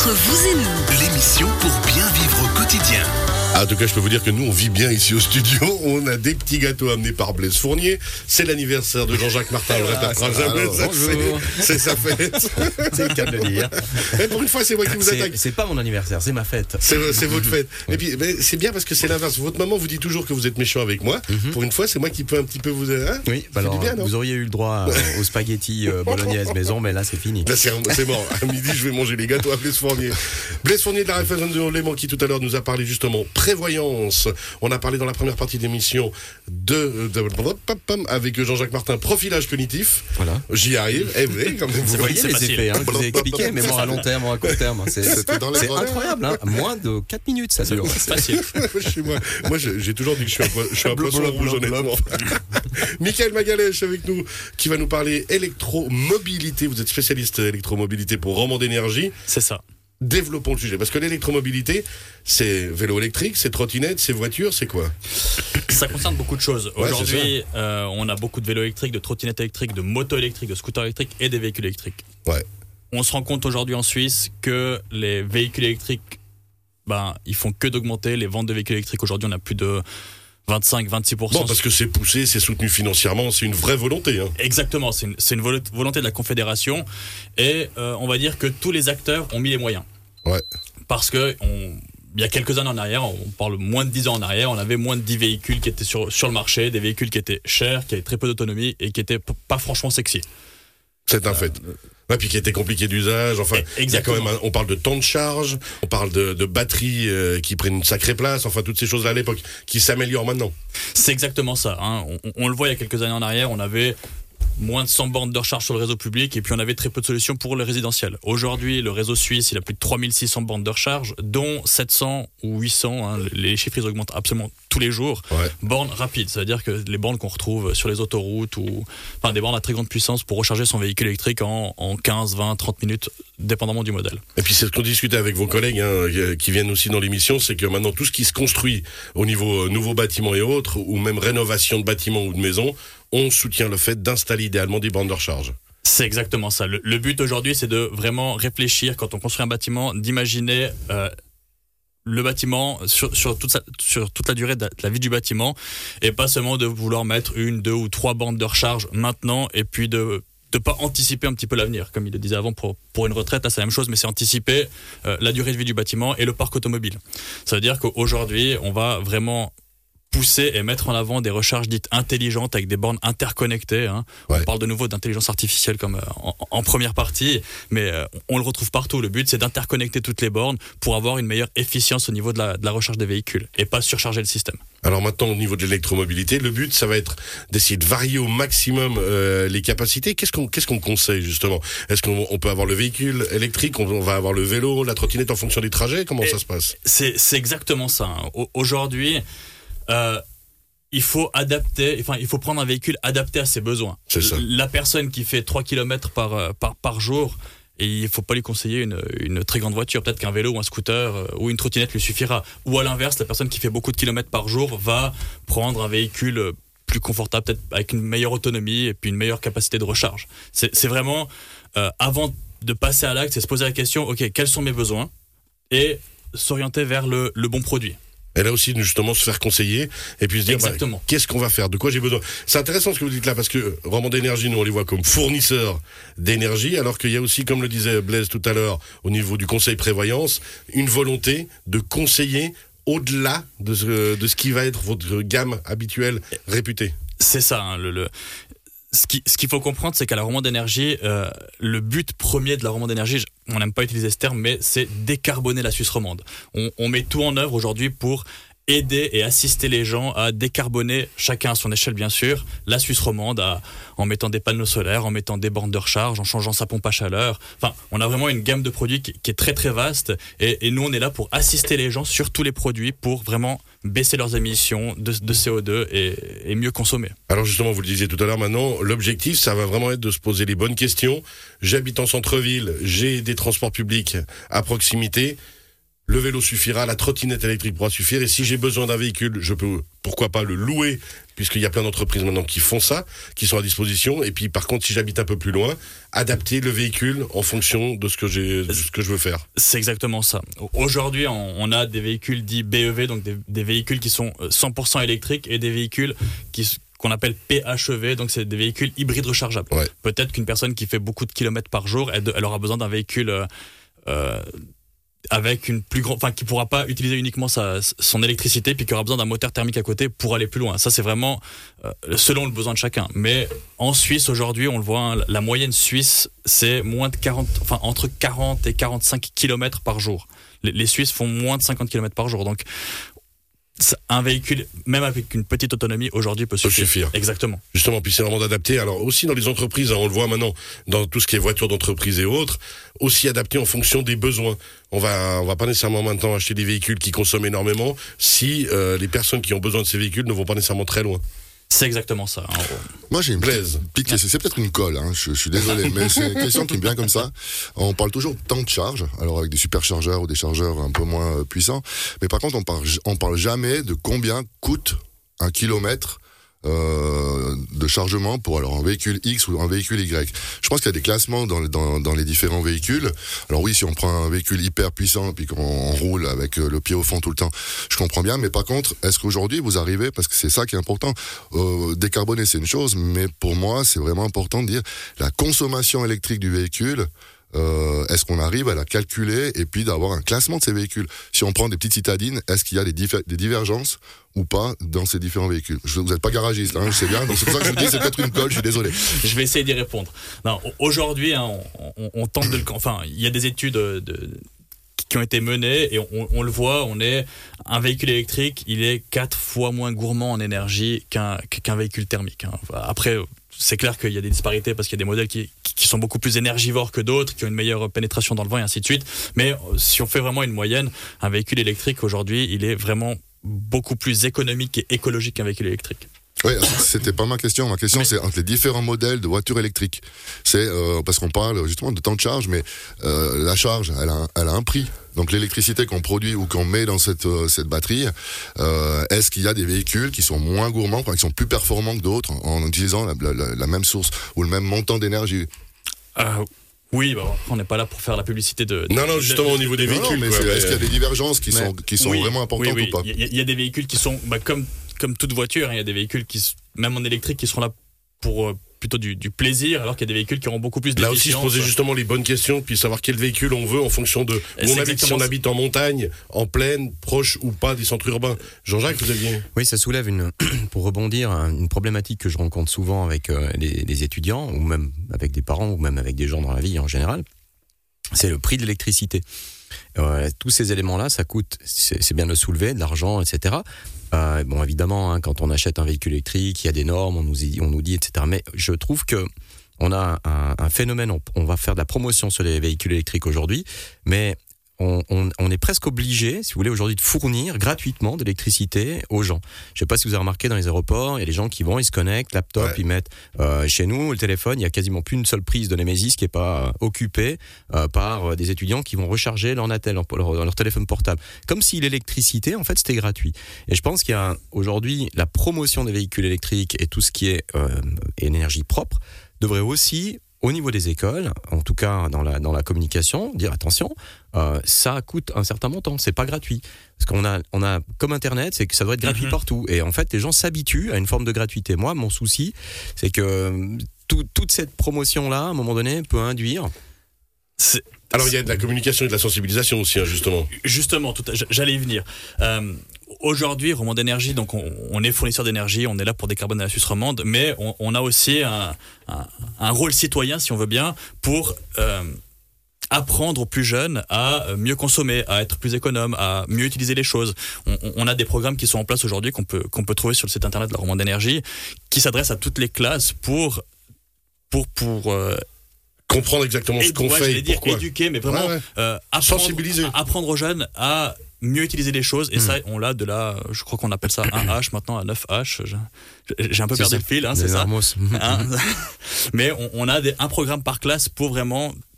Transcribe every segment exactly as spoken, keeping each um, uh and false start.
Entre vous et nous, l'émission pour bien vivre au quotidien. Ah, en tout cas, je peux vous dire que nous, on vit bien ici au studio. On a des petits gâteaux amenés par Blaise Fournier. C'est l'anniversaire de Jean-Jacques Martin. On le répétera jamais. Bonjour. C'est sa fête. C'est le cas de le dire. Mais pour une fois, c'est moi qui vous C'est, attaque. c'est pas mon anniversaire, c'est ma fête. C'est, c'est votre fête. Et puis, mais c'est bien parce que c'est l'inverse. Votre maman vous dit toujours que vous êtes méchant avec moi. Mm-hmm. Pour une fois, c'est moi qui peux un petit peu vous. Hein oui, bah alors, bien, vous auriez eu le droit aux spaghettis euh, bolognaise maison, mais là, c'est fini. Là, c'est, c'est mort. À midi, je vais manger les gâteaux à Blaise Fournier. Blaise Fournier de la F N de Léman qui tout à l'heure nous a parlé justement prévoyance. On a parlé dans la première partie de l'émission de, de, de avec Jean-Jacques Martin, profilage punitif. Voilà. J'y arrive. Eh oui, comme vous voyez les facile. Effets, hein, je vous ai expliqué, mais bon, à long terme, à court terme. C'est, c'est incroyable, hein. Moins de quatre minutes, ça dure. C'est facile. moi, moi j'ai toujours dit que je suis un, je suis un poisson rouge, honnêtement. Michael Magalèche avec nous, qui va nous parler électromobilité. Vous êtes spécialiste électromobilité pour Romand d'énergie. C'est ça. Développons le sujet, parce que l'électromobilité, c'est vélo électrique, c'est trottinette, c'est voiture, c'est quoi ? Ça concerne beaucoup de choses. Ouais, aujourd'hui, euh, on a beaucoup de vélos électriques, de trottinettes électriques, de motos électriques, de scooters électriques et des véhicules électriques. Ouais. On se rend compte aujourd'hui en Suisse que les véhicules électriques, ben, ils font que d'augmenter. Les ventes de véhicules électriques, aujourd'hui, on a plus de vingt-cinq à vingt-six pour cent. Bon, parce que c'est poussé, c'est soutenu financièrement, c'est une vraie volonté. Hein. Exactement, c'est une, c'est une volonté de la Confédération. Et euh, on va dire que tous les acteurs ont mis les moyens. Ouais. Parce que on, il y a quelques années en arrière, on parle moins de dix ans en arrière, on avait moins de dix véhicules qui étaient sur, sur le marché, des véhicules qui étaient chers, qui avaient très peu d'autonomie et qui n'étaient p- pas franchement sexy. C'est un euh, fait. Ouais, puis qui était compliqué d'usage. Enfin, il y a quand même un, on parle de temps de charge, on parle de, de batteries euh, qui prennent une sacrée place. Enfin, toutes ces choses-là à l'époque qui s'améliorent maintenant. C'est exactement ça. Hein. On, on le voit il y a quelques années en arrière, on avait moins de cent bornes de recharge sur le réseau public et puis on avait très peu de solutions pour le résidentiel. Aujourd'hui, le réseau suisse, il a plus de trois mille six cents bornes de recharge, dont sept cents ou huit cents. Hein, les chiffres, ils augmentent absolument tous les jours. Ouais. Bornes rapides, c'est-à-dire que les bornes qu'on retrouve sur les autoroutes ou enfin des bornes à très grande puissance pour recharger son véhicule électrique en, en quinze, vingt, trente minutes, dépendamment du modèle. Et puis c'est ce qu'on discutait avec vos collègues hein, qui viennent aussi dans l'émission, c'est que maintenant tout ce qui se construit au niveau nouveaux bâtiments et autres, ou même rénovation de bâtiments ou de maisons, on soutient le fait d'installer idéalement des bornes de recharge. C'est exactement ça. Le, le but aujourd'hui, c'est de vraiment réfléchir, quand on construit un bâtiment, d'imaginer euh, le bâtiment sur, sur, toute sa, sur toute la durée de la, de la vie du bâtiment, et pas seulement de vouloir mettre une, deux ou trois bornes de recharge maintenant, et puis de de pas anticiper un petit peu l'avenir. Comme il le disait avant, pour, pour une retraite, là c'est la même chose, mais c'est anticiper euh, la durée de vie du bâtiment et le parc automobile. Ça veut dire qu'aujourd'hui, on va vraiment pousser et mettre en avant des recharges dites intelligentes avec des bornes interconnectées. Hein. Ouais. On parle de nouveau d'intelligence artificielle comme euh, en, en première partie, mais euh, on le retrouve partout. Le but, c'est d'interconnecter toutes les bornes pour avoir une meilleure efficience au niveau de la, de la recharge des véhicules et pas surcharger le système. Alors maintenant, au niveau de l'électromobilité, le but, ça va être d'essayer de varier au maximum euh, les capacités. Qu'est-ce qu'on, qu'est-ce qu'on conseille justement ? Est-ce qu'on on peut avoir le véhicule électrique, on, on va avoir le vélo, la trottinette en fonction des trajets ? Comment et ça se passe ? c'est, c'est exactement ça. Hein. Aujourd'hui, Euh, il faut adapter, enfin, il faut prendre un véhicule adapté à ses besoins. C'est ça. La personne qui fait trois kilomètres par, par, par jour, et il ne faut pas lui conseiller une, une très grande voiture. Peut-être qu'un vélo ou un scooter euh, ou une trottinette lui suffira. Ou à l'inverse, la personne qui fait beaucoup de kilomètres par jour va prendre un véhicule plus confortable, peut-être avec une meilleure autonomie et puis une meilleure capacité de recharge. C'est, c'est vraiment, euh, avant de passer à l'acte, c'est se poser la question, ok, quels sont mes besoins ? Et s'orienter vers le, le bon produit. Et là aussi, justement, se faire conseiller et puis se dire, bah, qu'est-ce qu'on va faire ? De quoi j'ai besoin ? C'est intéressant ce que vous dites là, parce que Romand d'énergie, nous, on les voit comme fournisseurs d'énergie, alors qu'il y a aussi, comme le disait Blaise tout à l'heure, au niveau du conseil prévoyance, une volonté de conseiller au-delà de ce, de ce qui va être votre gamme habituelle réputée. C'est ça, hein, le... le... Ce, qui, ce qu'il faut comprendre, c'est qu'à la Romand d'énergie, euh, le but premier de la Romand d'énergie, on n'aime pas utiliser ce terme, mais c'est décarboner la Suisse romande. On, on met tout en œuvre aujourd'hui pour aider et assister les gens à décarboner, chacun à son échelle bien sûr, la Suisse romande à, en mettant des panneaux solaires, en mettant des bornes de recharge, en changeant sa pompe à chaleur. Enfin, on a vraiment une gamme de produits qui, qui est très très vaste et, et nous on est là pour assister les gens sur tous les produits pour vraiment baisser leurs émissions de, de C O deux et, et mieux consommer. Alors justement, vous le disiez tout à l'heure, maintenant, l'objectif, ça va vraiment être de se poser les bonnes questions. J'habite en centre-ville, j'ai des transports publics à proximité. le vélo suffira, la trottinette électrique pourra suffire. Et si j'ai besoin d'un véhicule, je peux, pourquoi pas, le louer, puisqu'il y a plein d'entreprises maintenant qui font ça, qui sont à disposition. Et puis, par contre, si j'habite un peu plus loin, adapter le véhicule en fonction de ce que j'ai, de ce que je veux faire. C'est exactement ça. Aujourd'hui, on, on a des véhicules dits B E V, donc des, des véhicules qui sont cent pour cent électriques et des véhicules qui qu'on appelle P H E V, donc c'est des véhicules hybrides rechargeables. Ouais. Peut-être qu'une personne qui fait beaucoup de kilomètres par jour, elle, elle aura besoin d'un véhicule euh, euh, avec une plus grande, enfin qui pourra pas utiliser uniquement sa, son électricité, puis qui aura besoin d'un moteur thermique à côté pour aller plus loin. Ça c'est vraiment euh, selon le besoin de chacun. Mais en Suisse aujourd'hui, on le voit, hein, la moyenne suisse c'est moins de quarante, enfin entre quarante et quarante-cinq kilomètres par jour. Les, les Suisses font moins de cinquante kilomètres par jour, donc un véhicule, même avec une petite autonomie, aujourd'hui peut suffire. suffire. Exactement. Justement, puis c'est vraiment d'adapter. Alors aussi dans les entreprises, hein, on le voit maintenant dans tout ce qui est voitures d'entreprise et autres, aussi adapter en fonction des besoins. On va, on va pas nécessairement maintenant acheter des véhicules qui consomment énormément si euh, les personnes qui ont besoin de ces véhicules ne vont pas nécessairement très loin. C'est exactement ça. Hein. Moi, j'ai une petite, petite question. C'est peut-être une colle, hein. je, je suis désolé, mais c'est une question qui me vient comme ça. On parle toujours de temps de charge, alors avec des superchargeurs ou des chargeurs un peu moins puissants. Mais par contre, on parle, on parle jamais de combien coûte un kilomètre Euh, de chargement pour alors un véhicule X ou un véhicule Y. Je pense qu'il y a des classements dans, dans, dans les différents véhicules. Alors oui, si on prend un véhicule hyper puissant et puis qu'on roule avec le pied au fond tout le temps, je comprends bien. Mais par contre, est-ce qu'aujourd'hui vous arrivez, parce que c'est ça qui est important, euh, décarboner c'est une chose, mais pour moi c'est vraiment important de dire la consommation électrique du véhicule. Euh, est-ce qu'on arrive à la calculer et puis d'avoir un classement de ces véhicules? Si on prend des petites citadines, est-ce qu'il y a des, dif- des divergences ou pas dans ces différents véhicules? Je, vous n'êtes pas garagiste, hein, je sais bien, donc c'est pour ça que je vous dis c'est peut-être une colle, je suis désolé. Je vais essayer d'y répondre. Non, aujourd'hui, hein, on, on, on tente de le... Enfin, il y a des études de, de, qui ont été menées et on, on le voit, on est un véhicule électrique, il est quatre fois moins gourmand en énergie qu'un, qu'un véhicule thermique. Hein. Après, c'est clair qu'il y a des disparités parce qu'il y a des modèles qui, qui sont beaucoup plus énergivores que d'autres, qui ont une meilleure pénétration dans le vent et ainsi de suite. Mais si on fait vraiment une moyenne, un véhicule électrique aujourd'hui, il est vraiment beaucoup plus économique et écologique qu'un véhicule électrique. Oui, c'était pas ma question. Ma question, mais... c'est entre les différents modèles de voitures électriques. C'est euh, parce qu'on parle justement de temps de charge, mais euh, la charge, elle a, un, elle a un prix. Donc l'électricité qu'on produit ou qu'on met dans cette euh, cette batterie, euh, est-ce qu'il y a des véhicules qui sont moins gourmands, qui sont plus performants que d'autres en, en utilisant la, la, la même source ou le même montant d'énergie? euh... Oui, bah, on n'est pas là pour faire la publicité de... de non, non, justement au niveau des véhicules. Non, mais, quoi, mais... est-ce qu'il y a des divergences qui mais... sont, qui sont oui, vraiment importantes oui, oui. ou pas? Il y, y a des véhicules qui sont, bah, comme, comme toute voiture, il hein, y a des véhicules qui, même en électrique, qui seront là pour euh, plutôt du, du plaisir, alors qu'il y a des véhicules qui auront beaucoup plus d'efficience. Là aussi, se poser justement les bonnes questions, puis savoir quel véhicule on veut en fonction de où on habite, si on habite en montagne, en plaine, proche ou pas des centres urbains. Jean-Jacques, vous aviez... Oui, ça soulève, une, pour rebondir, une problématique que je rencontre souvent avec euh, les, les étudiants, ou même avec des parents, ou même avec des gens dans la vie en général. C'est le prix de l'électricité. Euh, tous ces éléments-là, ça coûte, c'est, c'est bien de le soulever, de l'argent, et cetera. Euh, bon, évidemment, hein, quand on achète un véhicule électrique, il y a des normes, on nous, y, on nous dit, et cetera. Mais je trouve que on a un, un phénomène, on, on va faire de la promotion sur les véhicules électriques aujourd'hui, mais on, on, on est presque obligé, si vous voulez, aujourd'hui de fournir gratuitement de l'électricité aux gens. Je sais pas si vous avez remarqué dans les aéroports, il y a des gens qui vont, ils se connectent, laptop, ouais. Ils mettent euh, chez nous le téléphone, il y a quasiment plus une seule prise de Nemesis qui est pas euh, occupée euh, par euh, des étudiants qui vont recharger leur Natel, leur, leur, leur téléphone portable, comme si l'électricité en fait c'était gratuit. Et je pense qu'il y a aujourd'hui la promotion des véhicules électriques et tout ce qui est euh, énergie propre devrait aussi, au niveau des écoles, en tout cas dans la dans la communication, dire attention, euh, ça coûte un certain montant, c'est pas gratuit. Parce qu'on a on a comme Internet, c'est que ça doit être gratuit mm-hmm. partout. Et en fait, les gens s'habituent à une forme de gratuité. Moi, mon souci, c'est que tout, toute cette promotion là, à un moment donné, peut induire. C'est... Alors il y a de la communication et de la sensibilisation aussi, hein, justement. Justement, tout à... j'allais y venir. Euh, aujourd'hui, Romande Énergie, donc on, on est fournisseur d'énergie, on est là pour décarboner la Suisse romande, mais on, on a aussi un, un, un rôle citoyen, si on veut bien, pour euh, apprendre aux plus jeunes à mieux consommer, à être plus économe, à mieux utiliser les choses. On, on a des programmes qui sont en place aujourd'hui qu'on peut qu'on peut trouver sur le site internet de la Romande Énergie, qui s'adressent à toutes les classes pour pour pour euh, comprendre exactement ce qu'on ouais, fait et dire, pourquoi. Éduquer, mais vraiment ouais, ouais. Euh, apprendre, sensibiliser. Apprendre aux jeunes à mieux utiliser les choses. Et mmh. ça, on l'a de là, je crois qu'on appelle ça un H maintenant à neuf H. Je, j'ai un peu c'est perdu ça. Le fil, hein, c'est ça. Hein mais on, on a des, un programme par classe pour vraiment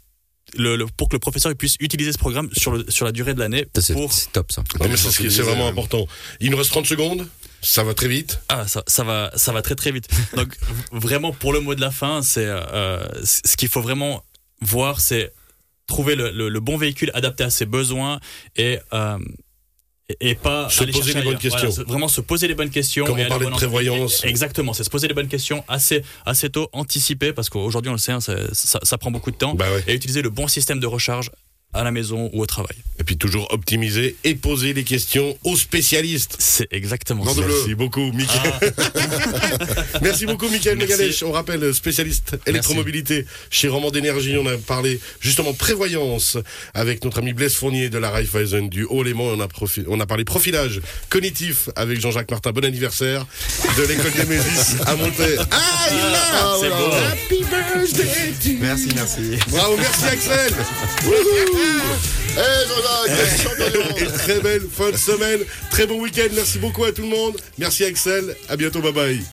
le, le, pour que le professeur puisse utiliser ce programme sur, le, sur la durée de l'année. C'est, pour... c'est top ça. Non, mais c'est, c'est, c'est vraiment important. Il nous reste trente secondes. Ça va très vite. Ah, ça, ça va, ça va très très vite. Donc vraiment pour le mot de la fin, c'est euh, ce qu'il faut vraiment voir, c'est trouver le, le, le bon véhicule adapté à ses besoins et euh, et, et pas se aller poser les bonnes questions. Voilà, vraiment se poser les bonnes questions. Comme on parlait de prévoyance. Exactement, c'est se poser les bonnes questions assez assez tôt, anticiper parce qu'aujourd'hui on le sait, hein, ça, ça, ça prend beaucoup de temps. Bah ouais. Et utiliser le bon système de recharge à la maison ou au travail. Et puis toujours optimiser et poser les questions aux spécialistes. C'est exactement ça. ça. Merci beaucoup, Mickaël. Ah. Merci beaucoup, Mickaël Megalech. On rappelle, spécialiste électromobilité chez Romand d'énergie. On a parlé justement prévoyance avec notre ami Blaise Fournier de la Raiffeisen du Haut-Léman. On a, profi- on a parlé profilage cognitif avec Jean-Jacques Martin. Bon anniversaire de l'école des Mésis à Montaigne. Ah, il est là. Ah, c'est beau. Happy birthday to you. Merci, merci. Bravo, merci Axel. Hey Jean-Jacques, champion. Et très belle fin de semaine, très bon week-end, merci beaucoup à tout le monde, merci Axel, à bientôt, bye bye.